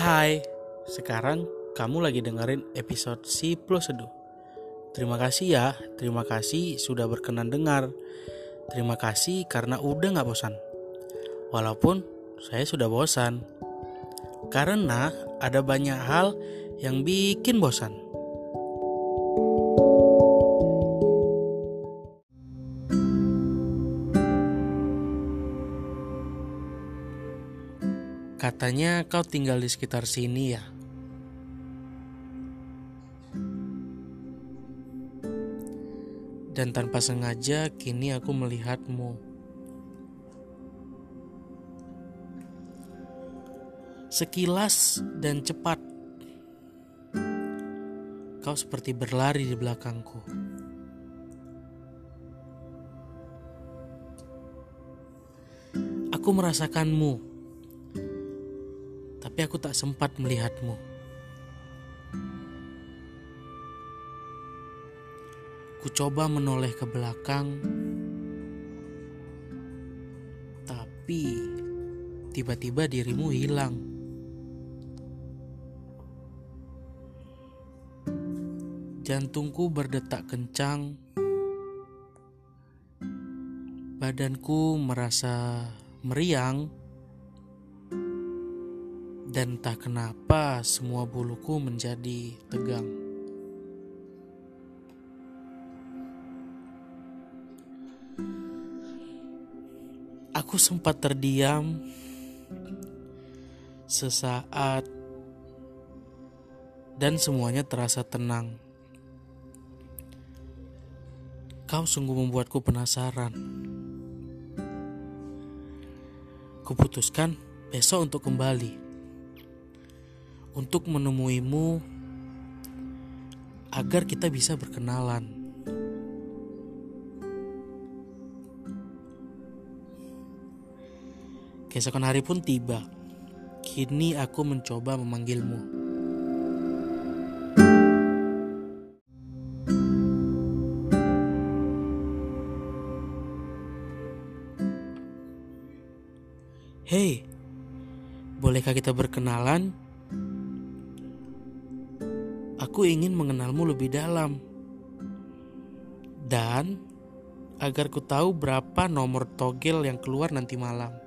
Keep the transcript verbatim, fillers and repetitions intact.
Hai, sekarang kamu lagi dengerin episode Si Plus Seduh. Terima kasih ya, terima kasih sudah berkenan dengar. Terima kasih karena udah gak bosan. Walaupun saya sudah bosan. Karena ada banyak hal yang bikin bosan. Katanya kau tinggal di sekitar sini ya. Dan tanpa sengaja kini aku melihatmu. Sekilas dan cepat kau seperti berlari di belakangku. Aku merasakanmu, tapi aku tak sempat melihatmu. Ku coba menoleh ke belakang, tapi tiba-tiba dirimu hilang. Jantungku berdetak kencang, badanku merasa meriang, dan entah kenapa semua buluku menjadi tegang. Aku sempat terdiam sesaat dan semuanya terasa tenang. Kau sungguh membuatku penasaran. Kuputuskan besok untuk kembali, untuk menemuimu agar kita bisa berkenalan. Keesokan hari pun tiba. Kini aku mencoba memanggilmu. Hei, bolehkah kita berkenalan? Aku ingin mengenalmu lebih dalam. Dan agar ku tahu berapa nomor togel yang keluar nanti malam.